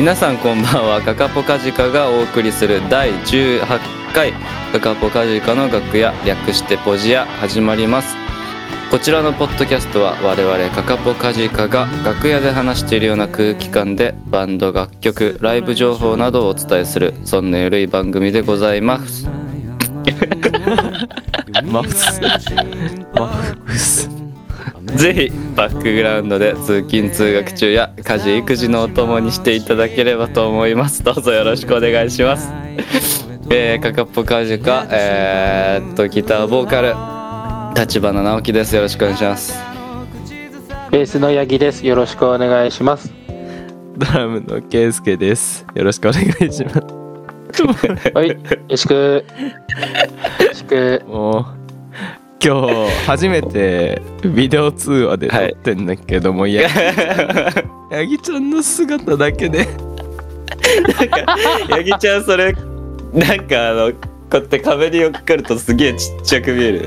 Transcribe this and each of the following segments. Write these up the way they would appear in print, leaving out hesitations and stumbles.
皆さんこんばんは。カカポカジカがお送りする第18回カカポカジカの楽屋、略してポジア始まります。こちらのポッドキャストは我々カカポカジカが楽屋で話しているような空気感でバンド、楽曲、ライブ情報などをお伝えする、そんなゆるい番組でございます。 マフスぜひバックグラウンドで通勤通学中や家事育児のお供にしていただければと思います。どうぞよろしくお願いします。カカポカジカ、ギターボーカル立花直樹です。よろしくお願いします。 ベースの八木です。よろしくお願いします。 ドラムの圭介です。よろしくお願いします。 はい、よろしく。 もう今日初めてビデオ通話で撮ってんだけども、八木ちゃんの姿だけでなんか八木ちゃんそれなんかこうやって壁に寄っかかるとすげえちっちゃく見える。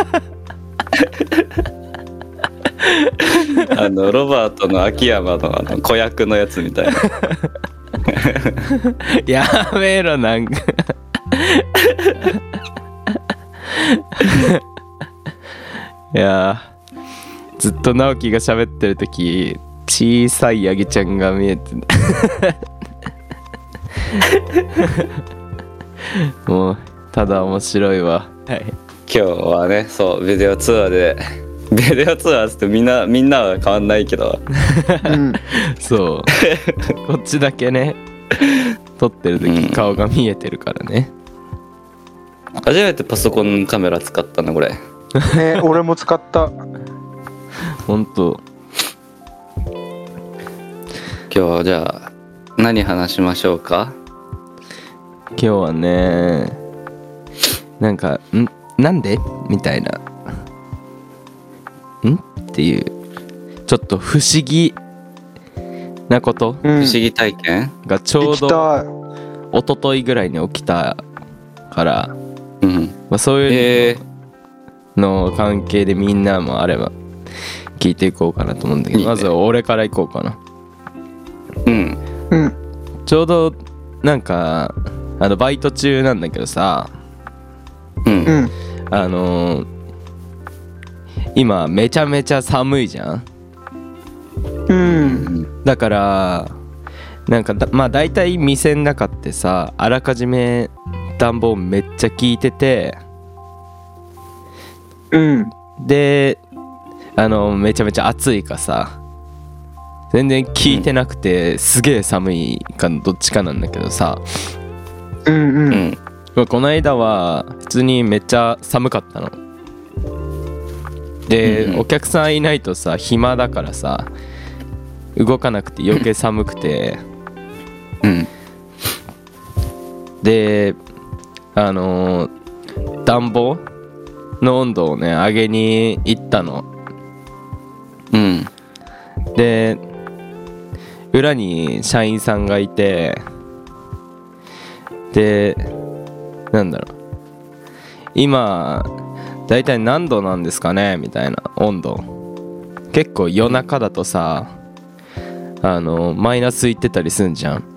ロバートの秋山の子役のやつみたいな。 やめろなんかいやずっと直樹が喋ってる時小さいヤギちゃんが見えてもうただ面白いわ。はい、 今日はね、そうビデオ通話ってみんなは変わんないけど、 そうこっちだけね撮ってる時顔が見えてるからね。 初めてパソコンカメラ使ったのこれ。 ね、俺も使った。 ほんと。 今日はじゃあ何話しましょうか。 今日はね、なんかなんでみたいなっていうちょっと不思議なこと、 不思議体験がちょうど一昨日ぐらいに起きたから、そういうの関係でみんなもあれば聞いていこうかなと思うんだけど、まずは俺からいこうかな。ちょうどなんかバイト中なんだけどさ、今めちゃめちゃ寒いじゃん。だからなんかまあ大体店の中ってさ、あらかじめ暖房めっちゃ効いてて、でめちゃめちゃ暑いかさ全然効いてなくて、すげえ寒いかどっちかなんだけどさ、この間は普通にめっちゃ寒かったので、お客さんいないとさ暇だからさ動かなくて余計寒くて、で暖房の温度をね上げに行ったの。で裏に社員さんがいて、でなんだろう、今だいたい何度なんですかねみたいな温度。結構夜中だとさマイナスいってたりすんじゃん。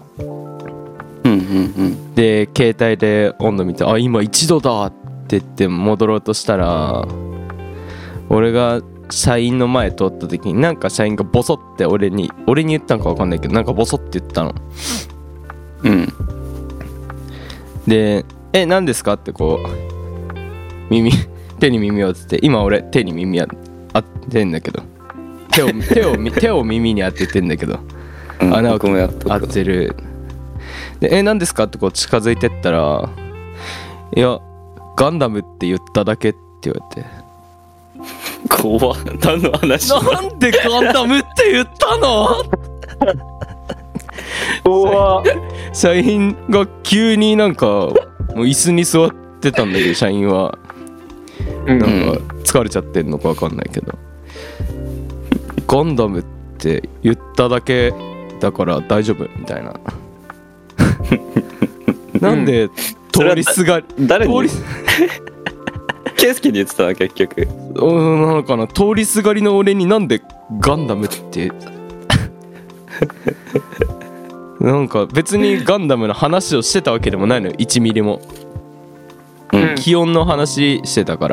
で携帯で温度見て、あ今1度だって言って戻ろうとしたら、俺が社員の前通った時になんか社員がボソって俺に言ったのか分かんないけど、なんかボソって言ったの。で何ですかってこう手に耳を当てて、今俺手に耳当てんだけど、手を耳に当ててんだけど、穴を当てる。で何ですかってこう近づいてったら、いやガンダムって言っただけって言われて、 怖っ。何の話？ なんでガンダムって言ったの？社員が急になんかもう椅子に座ってたんだけど、社員はなんか疲れちゃってんのか分かんないけど、ガンダムって言っただけだから大丈夫みたいな。なんで通りすがり、 誰に？圭介に言ってたの結局。 なのかな、通りすがりの俺になんでガンダムってなんか別にガンダムの話をしてたわけでもないのよ、1ミリも。 うん気温の話してたから。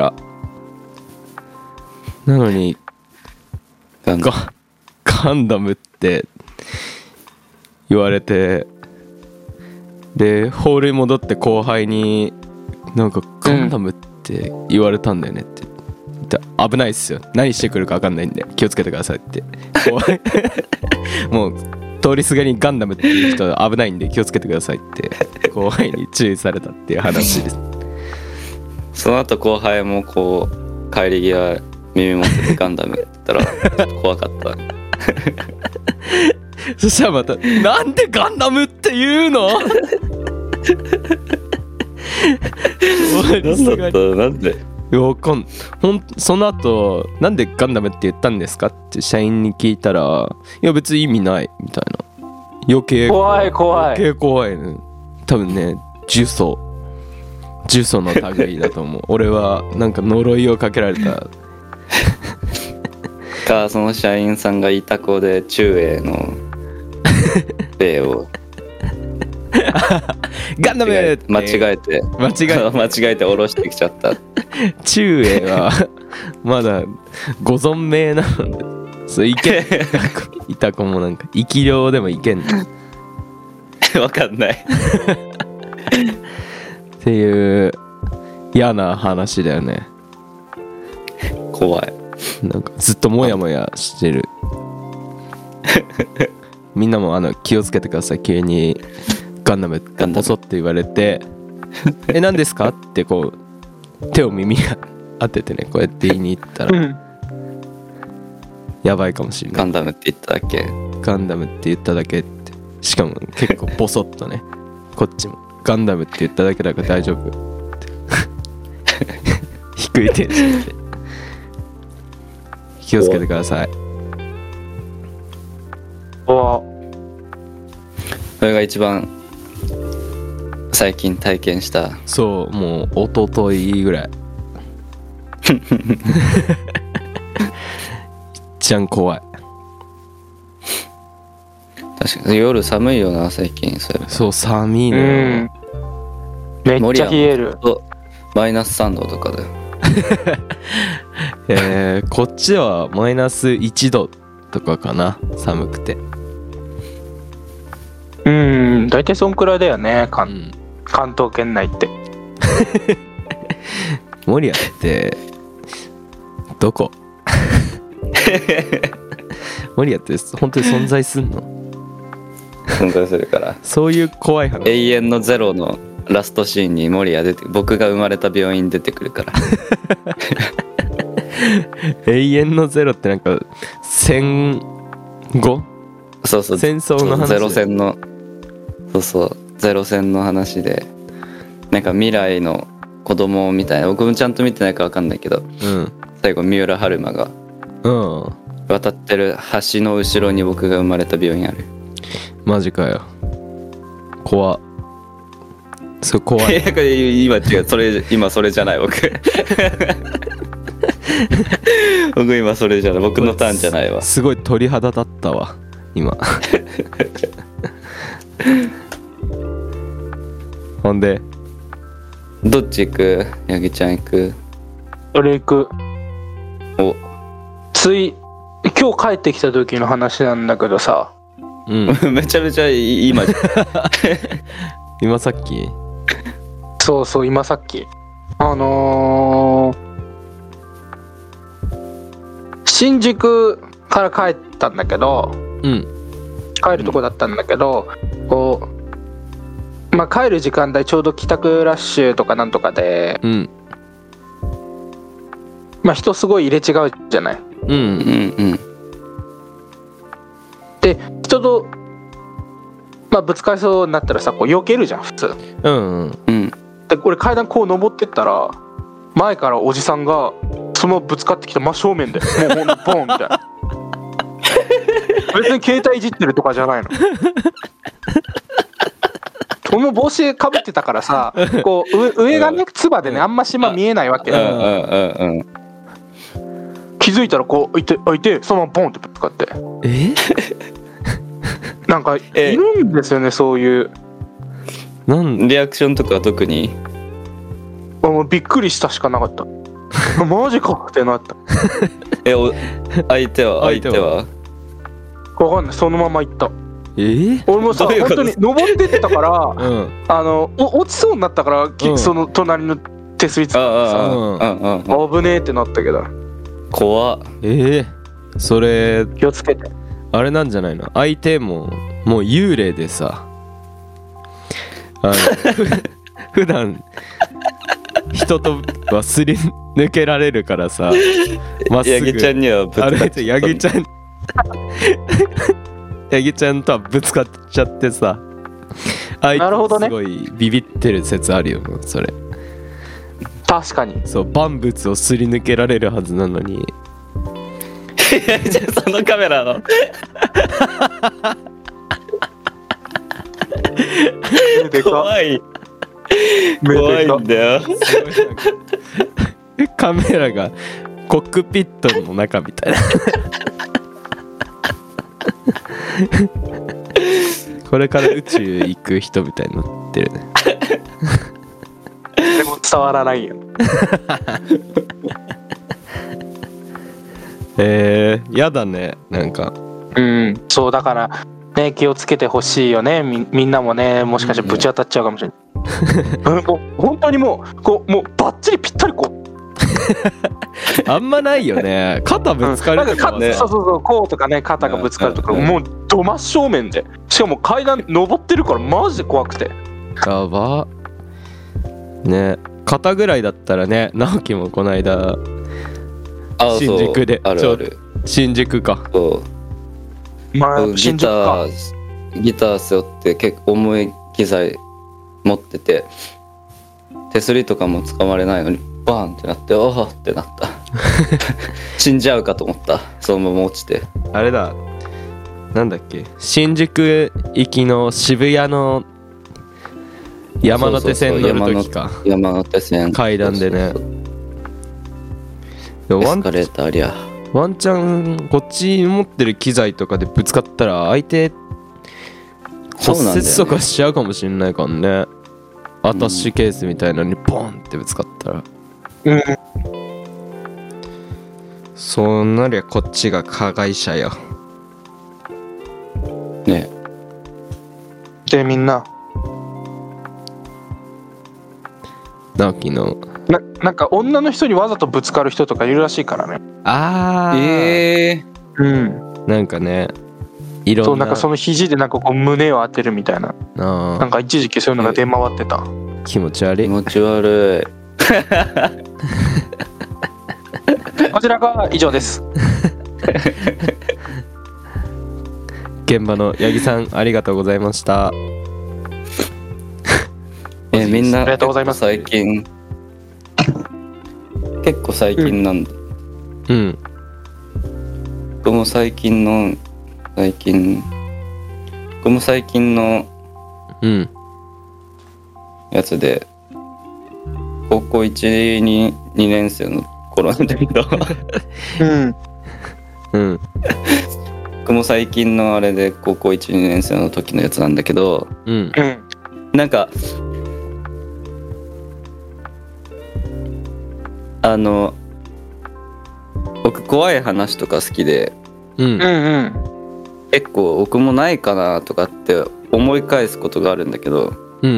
なのにガンダムって言われて、でホールに戻って後輩になんかガンダムって言われたんだよねって言ったら、危ないっすよ、何してくるか分かんないんで気をつけてくださいって後輩もう通りすがりにガンダムっていう人危ないんで気をつけてくださいって後輩に注意されたっていう話です。 その後後輩もこう帰り際耳元でガンダムって言ったらちょっと怖かったそしたらまたなんでガンダムって言うのなんでその後なんでガンダムって言ったんですかって社員に聞いたら、いや別に意味ないみたいな。余計怖いね。多分ね呪詛の類だと思う俺はなんか呪いをかけられたか、その社員さんがいた子で中英の例をガンダム間違えて下ろしてきちゃった。 中英はまだご存命なので、そういけいた子もなんか生き量でもいけんわかんないっていう嫌な話だよね。 怖い。 なんかずっとモヤモヤしてるみんなも気をつけてください。急にガンダムってボソって言われて何ですかってこう手を耳に当ててね、こうやって言いに行ったら、やばいかもしれない。 ガンダムって言っただけ。 ガンダムって言っただけって、しかも結構ボソッとねこっちもガンダムって言っただけだから大丈夫って低いテンションで気をつけてください。 それが一番最近体験した。 そう、もう一昨日ぐらい一番怖い。 確かに夜寒いよな最近。 そう寒いのよ。 めっちゃ冷える。 マイナス3度とかだよこっちはマイナス1度とかかな、寒くて。 大体そんくらいだよね、関東圏内って守谷ってどこ守谷って本当に存在すんの？ 存在するからそういう怖い話。 永遠のゼロのラストシーンに守谷出て、僕が生まれた病院出てくるから永遠のゼロってなんか戦後？ そう戦争の話。 ゼロ戦のゼロ戦の話で、なんか未来の子供みたいな、僕もちゃんと見てないか分かんないけど、最後三浦春馬が渡ってる橋の後ろに僕が生まれた病院ある。 マジかよ、怖っ。それ怖い。 今違う、今それじゃない僕僕今それじゃない、僕のターンじゃないわ。 すごい鳥肌立ったわ今ほんでどっち行く？ヤギちゃん行く？ 俺行く。今日帰ってきた時の話なんだけどさ、 めちゃめちゃ今じゃん今さっき？ そう今さっき新宿から帰ったんだけど、帰るとこだったんだけど、こう帰る時間帯ちょうど帰宅ラッシュとかなんとかで、人すごい入れ違うじゃない。で人とぶつかりそうになったらさ、こう避けるじゃん普通。で俺階段こう登ってったら、前からおじさんがそのぶつかってきた真正面でもうボンみたいな別に携帯いじってるとかじゃないの俺も帽子かぶってたからさ、こう上がねつばでねあんま島見えないわけ。気づいたらこういてそのままボンってぶつかって、 なんかいるんですよね、そういうリアクションとかは特にもうびっくりしたしかなかったマジかってなった相手は分かんない、そのまま行った。俺もさ本当に登ってったから、落ちそうになったから、その隣の手すりつかってさ、危ねえってなったけど。 怖っ。 それ気をつけて。 あれなんじゃないの、相手ももう幽霊でさ、普段人とはすり抜けられるからさ、まっすぐヤギちゃんにはぶつかっちゃった。 ヤギちゃんとはぶつかっちゃってさ、 なるほどね、 すごいビビってる説あるよそれ。 確かにそう、万物をすり抜けられるはずなのにじゃあそのカメラの怖いんだよカメラがコックピットの中みたいなこれから宇宙行く人みたいになってるねでも伝わらないよやだね、なんか。 そうだからね、気をつけてほしいよね。みんなもね、もしかしてぶち当たっちゃうかもしれない。もう本当にもうバッチリぴったりこうあんまないよね、肩ぶつかるとかはね、 そうこうとかね、肩がぶつかるとか、もうど真正面で、しかも階段登ってるからマジで怖くて。 やばね、肩ぐらいだったらね、直樹もこの間新宿で、 ある新宿か、 新宿か、 ギター背負って結構重い機材持ってて、手すりとかも掴まれないのにバーンってなって、おーってなった死んじゃうかと思った。そのまま落ちて。 あれだ、なんだっけ、新宿行きの渋谷の山手線乗る時か、 山手線階段でね、 エスカレーターありゃワンチャンこっち持ってる機材とかでぶつかったら相手骨折とかしちゃうかもしれないからね。アタッシュケースみたいなのにボンってぶつかったら、そうなりゃこっちが加害者よね。 でみんな直樹のなんか女の人にわざとぶつかる人とかいるらしいからね。 なんかね、いろんな、 そう、なんかその肘でなんかこう胸を当てるみたいな、なんか一時期そういうのが出回ってた。 気持ち悪い。 こちらが以上です現場の八木さん、ありがとうございました。 みんなありがとうございます。 結構最近なんだ。僕も最近のやつで、高校 1、2年生の頃なんだけど僕も最近のあれで高校 1、2年生の時のやつなんだけど、なんか僕怖い話とか好きで、結構僕もないかなとかって思い返すことがあるんだけど、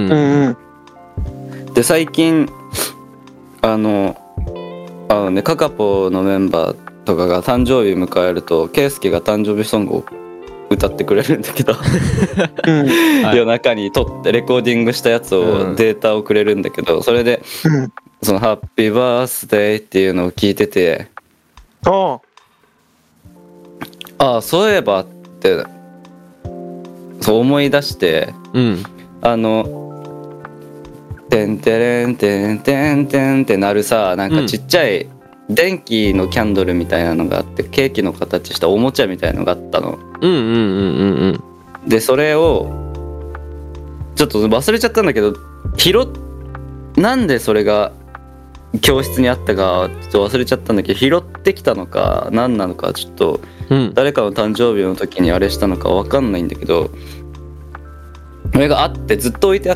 で最近カカポのメンバーとかが誕生日迎えると、ケイスケが誕生日ソングを歌ってくれるんだけど夜中に撮ってレコーディングしたやつをデータをくれるんだけど、それでそのハッピーバースデーっていうのを聞いてて、そういえばってそう思い出して、てんてれんてんてんてんってなるさ、なんかちっちゃい電気のキャンドルみたいなのがあって、ケーキの形したおもちゃみたいのがあったの。でそれをちょっと忘れちゃったんだけど、なんでそれが教室にあったかちょっと忘れちゃったんだけど、拾ってきたのか何なのかちょっと誰かの誕生日の時にあれしたのか分かんないんだけど、これがあってずっと置いてあって、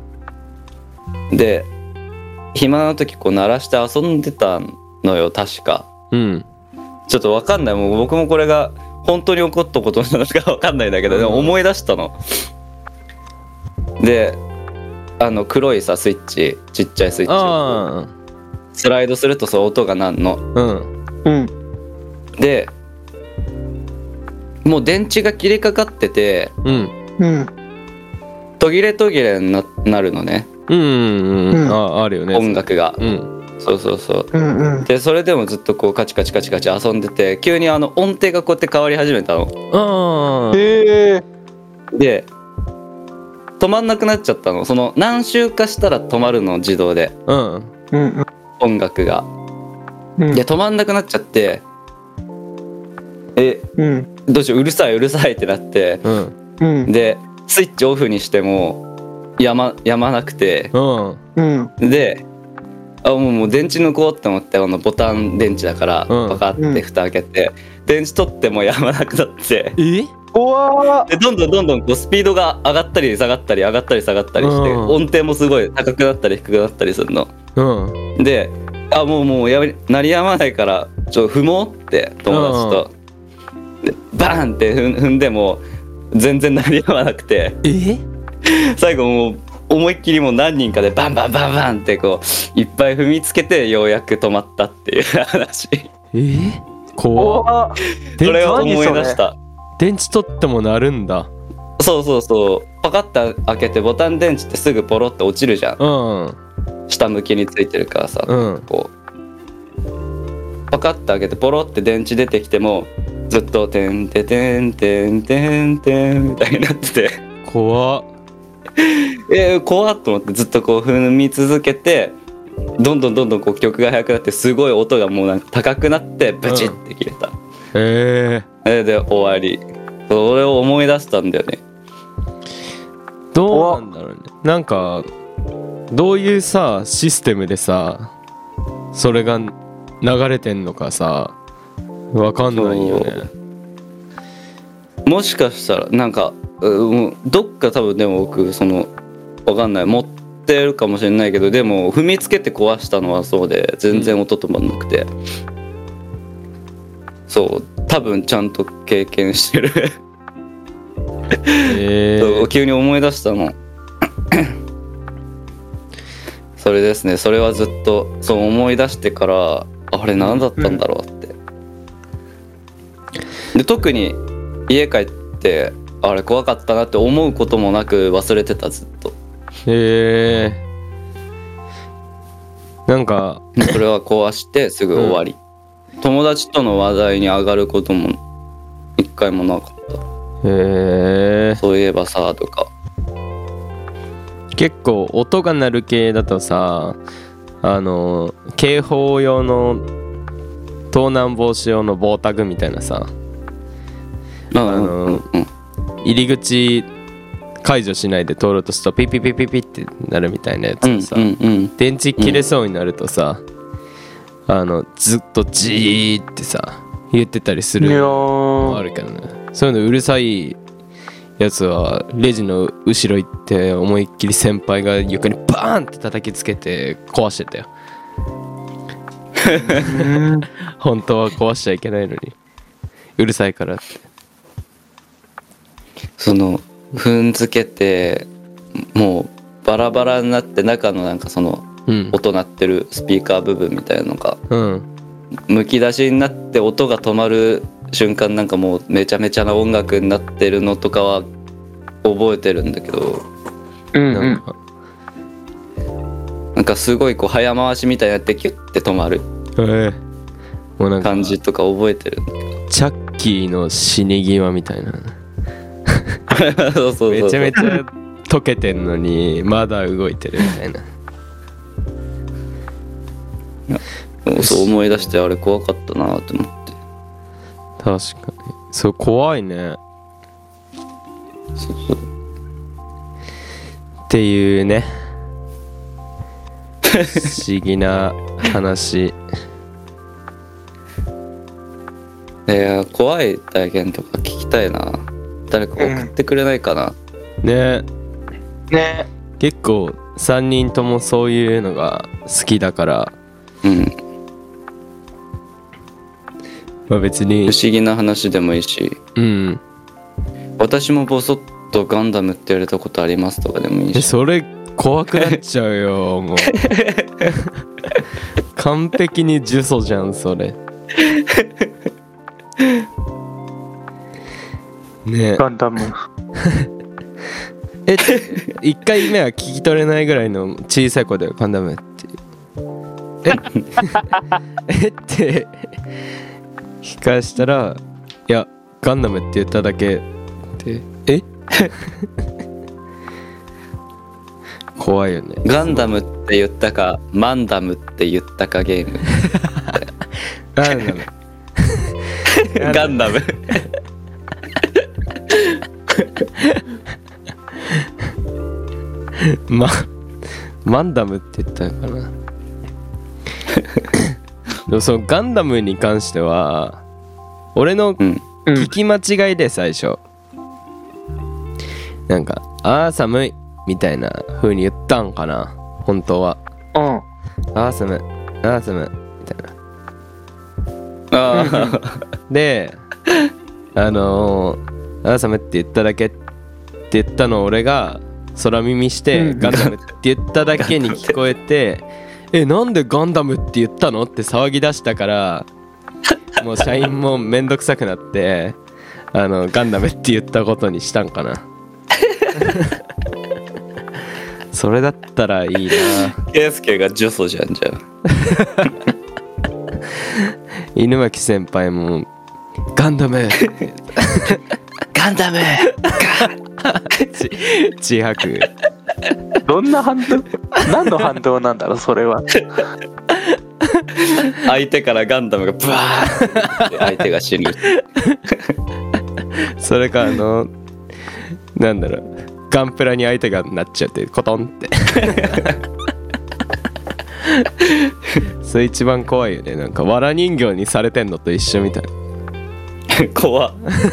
で暇な時こう鳴らして遊んでたのよ確か。ちょっと分かんない、もう僕もこれが本当に起こったことなのか分かんないんだけど、でも思い出したの。で黒いさスイッチ、ちっちゃいスイッチスライドするとそう音が鳴んの。でもう電池が切れかかってて、途切れ途切れになるのね。 あるよね音楽が。そうそうそう。でそれでもずっとこうカチカチカチカチ遊んでて、急に音程がこうやって変わり始めたの。で止まんなくなっちゃったの。その何周かしたら止まるの自動で、音楽が。で止まんなくなっちゃって、どうしよう、うるさいうるさいってなって、でスイッチオフにしてもやまなくて、でもう電池抜こうって思って、ボタン電池だからパカって蓋開けて、電池取ってもやまなくなって、でどんどんこうスピードが上がったり下がったり上がったり下がったりして、音程もすごい高くなったり低くなったりするの。でもう鳴りやまないから踏もうって友達とでバーンって踏んでも全然鳴りやまなくて、最後もう思いっきりもう何人かでバンバンバンバンってこういっぱい踏みつけてようやく止まったっていう話。 怖っ。 それを思い出した。 電池取っても鳴るんだ。 そうそうそう、パカッて開けてボタン電池ってすぐポロって落ちるじゃん。下向きについてるからさ、こうパカッて開けてポロって電池出てきてもずっとてんててんてんてんてんみたいになってて、 怖っ。 怖っと思ってずっとこう踏み続けて、どんどんこう曲が速くなって、すごい音がもうなんか高くなってブチって切れた。で終わり。それを思い出したんだよね。 どうなんだろうね。なんかどういうさシステムでさそれが流れてんのかさわかんないよね。 もしかしたらなんかどっか多分でも僕わかんない、持ってるかもしれないけど、でも踏みつけて壊したのはそうで全然音止まんなくて、そう多分ちゃんと経験してる。そう急に思い出したの。それですね。それはずっとそう思い出してから、あれ何だったんだろうって。で特に家帰ってあれ怖かったなって思うこともなく忘れてた、ずっと。 なんかそれは壊してすぐ終わり。友達との話題に上がることも一回もなかった。そういえばさとか。 結構音が鳴る系だとさ、警報用の盗難防止用の棒タグみたいなさ、入り口解除しないで通ろうとするとピピピピピってなるみたいなやつでさ、電池切れそうになるとさ、ずっとジーってさ言ってたりするのあるけどね。そういうのうるさいやつはレジの後ろ行って思いっきり先輩が床にバーンって叩きつけて壊してたよ。本当は壊しちゃいけないのにうるさいからって。 踏んづけてもうバラバラになって中のなんか音鳴ってるスピーカー部分みたいなのがむき出しになって音が止まる瞬間、なんかもうめちゃめちゃな音楽になってるのとかは覚えてるんだけど、なんかすごいこう早回しみたいになってキュッて止まるもうなんか感じとか覚えてるんだけど、 チャッキーの死に際みたいな。 そうめちゃめちゃ溶けてんのにまだ動いてるみたいな。 そう思い出して、あれ怖かったなと思って。 確かにそう怖いね。 そうっていうね。 思議な話。 怖い体験とか聞きたいな。誰か送ってくれないかな。 ね結構3人ともそういうのが好きだから、まあ別に不思議な話でもいいし、私もボソッとガンダムって言われたことありますとかでもいいし。 それ怖くなっちゃうよもう完璧に呪詛じゃんそれね。 ガンダム 1回目は聞き取れないぐらいの小さい声でガンダムってって聞かしたら、いやガンダムって言っただけって怖いよね。 ガンダムって言ったかマンダムって言ったかゲームガンダムガンダムマンダムって言ったのかなでもそのガンダムに関しては俺の聞き間違いで最初、なんか寒いみたいな風に言ったんかな本当は。寒いみたいなで寒いって言っただけって言ったのを俺が空耳して、ガンダムって言っただけに聞こえてなんでガンダムって言ったのって騒ぎ出したから、もう社員もめんどくさくなってガンダムって言ったことにしたんかなそれだったらいいな。 ケイスケが呪詛じゃん。じゃあ犬巻先輩もガンダムガンダム自白。 どんな反動何の反動なんだろうそれは相手からガンダムがブワーって相手が死ぬそれかなんだろう、ガンプラに相手がなっちゃってコトンってそれ一番怖いよね。なんか藁人形にされてんのと一緒みたいな怖っ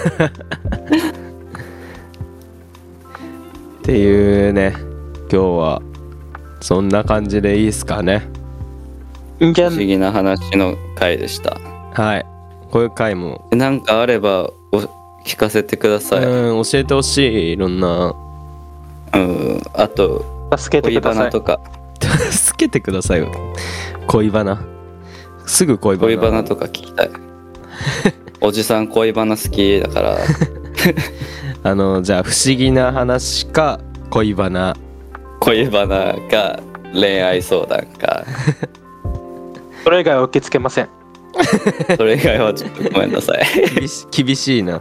っていうね。今日はそんな感じでいいっすかね。 不思議な話の回でした。 はい、こういう回もなんかあれば聞かせてください。 教えてほしい。いろんなあと助けてくださいとか助けてくださいよ。恋バナすぐ恋バナとか聞きたいおじさん恋バナ好きだからじゃあ不思議な話か恋バナか恋愛相談かそれ以外は受け付けませんそれ以外はちょっとごめんなさい厳しいな。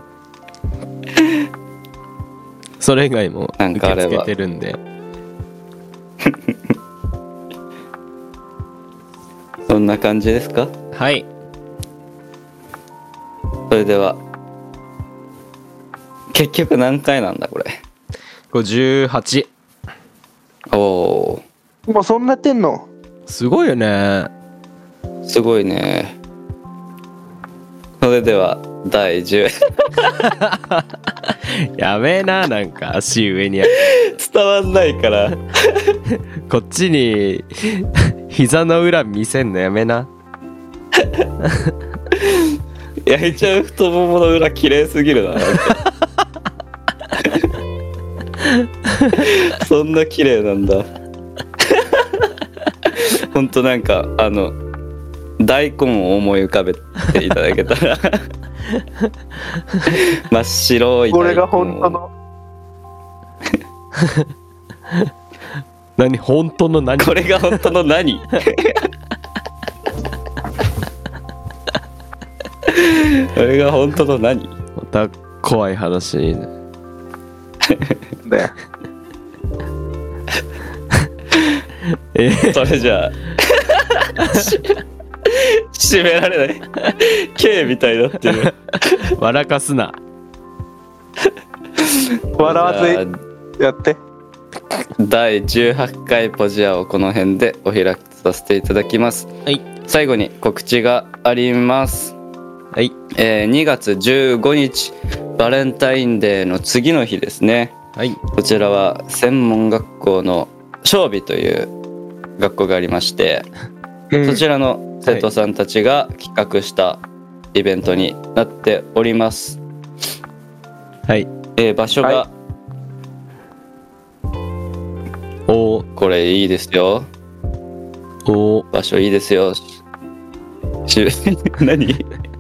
それ以外も受け付けてるんでそんな感じですか。 はい、 それでは結局何回なんだこれ。 58。 おお、 もうそんなやってんのすごいよね。 すごいね。それでは第10 やめえな、なんか足上に伝わんないからこっちに膝の裏見せんのやめな焼いちゃう太ももの裏綺麗すぎるなそんな綺麗なんだほんとなんか大根を思い浮かべていただけたら真っ白い大根。 これが本当の何本当の何これが本当の何これが本当の何。 また怖い話ねそれじゃあ締められない K みたいになってる笑かすな笑わずやって第18回ポジアをこの辺でお開きとさせていただきます。 はい。 最後に告知があります。 はい。 2月15日バレンタインデーの次の日ですね。 はい。 こちらは専門学校の尚美という学校がありまして、そちらの生徒さんたちが企画したイベントになっております。 はい。 場所が、これいいですよ。場所いいですよ。何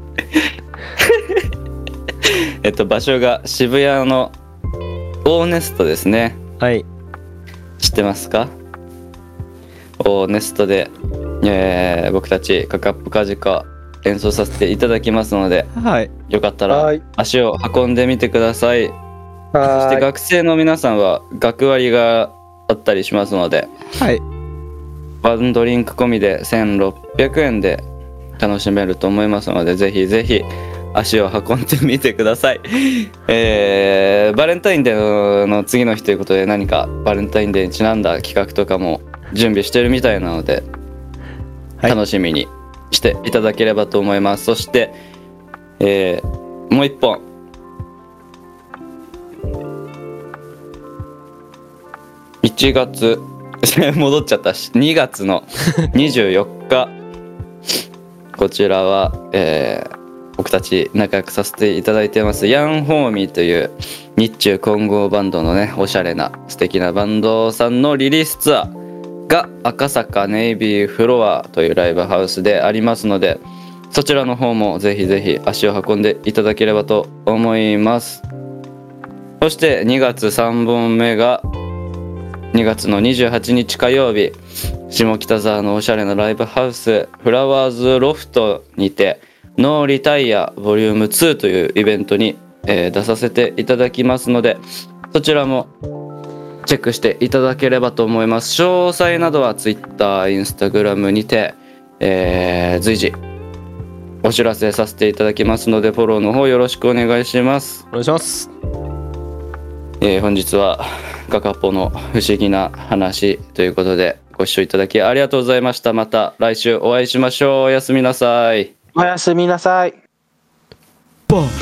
場所が渋谷のオーネストですね。 はい。 知ってますか？オーネストで、僕たちカカップカジカ演奏させていただきますので、 はい、 よかったら足を運んでみてください。そして学生の皆さんは学割があったりしますので、 はい、 ワンドリンク込みで1600円で楽しめると思いますので、ぜひぜひ足を運んでみてください。バレンタインデーの次の日ということで、何かバレンタインデーにちなんだ企画とかも準備してるみたいなので、楽しみにしていただければと思います。そして、もう一本1月戻っちゃったし2月の24日こちらは、僕たち仲良くさせていただいてますヤンホーミーという日中混合バンドのね、おしゃれな素敵なバンドさんのリリースツアーが赤坂ネイビーフロアというライブハウスでありますので、そちらの方もぜひぜひ足を運んでいただければと思います。そして2月3本目が2月の28日火曜日、下北沢のおしゃれなライブハウスフラワーズロフトにてノーリタイアボリューム2というイベントに、出させていただきますので、そちらもチェックしていただければと思います。詳細などは Twitter、Instagram にて、随時お知らせさせていただきますので、フォローの方よろしくお願いします。 お願いします。 本日はカカポの不思議な話ということでご視聴いただきありがとうございました。また来週お会いしましょう。おやすみなさい。 おやすみなさい。 ボン。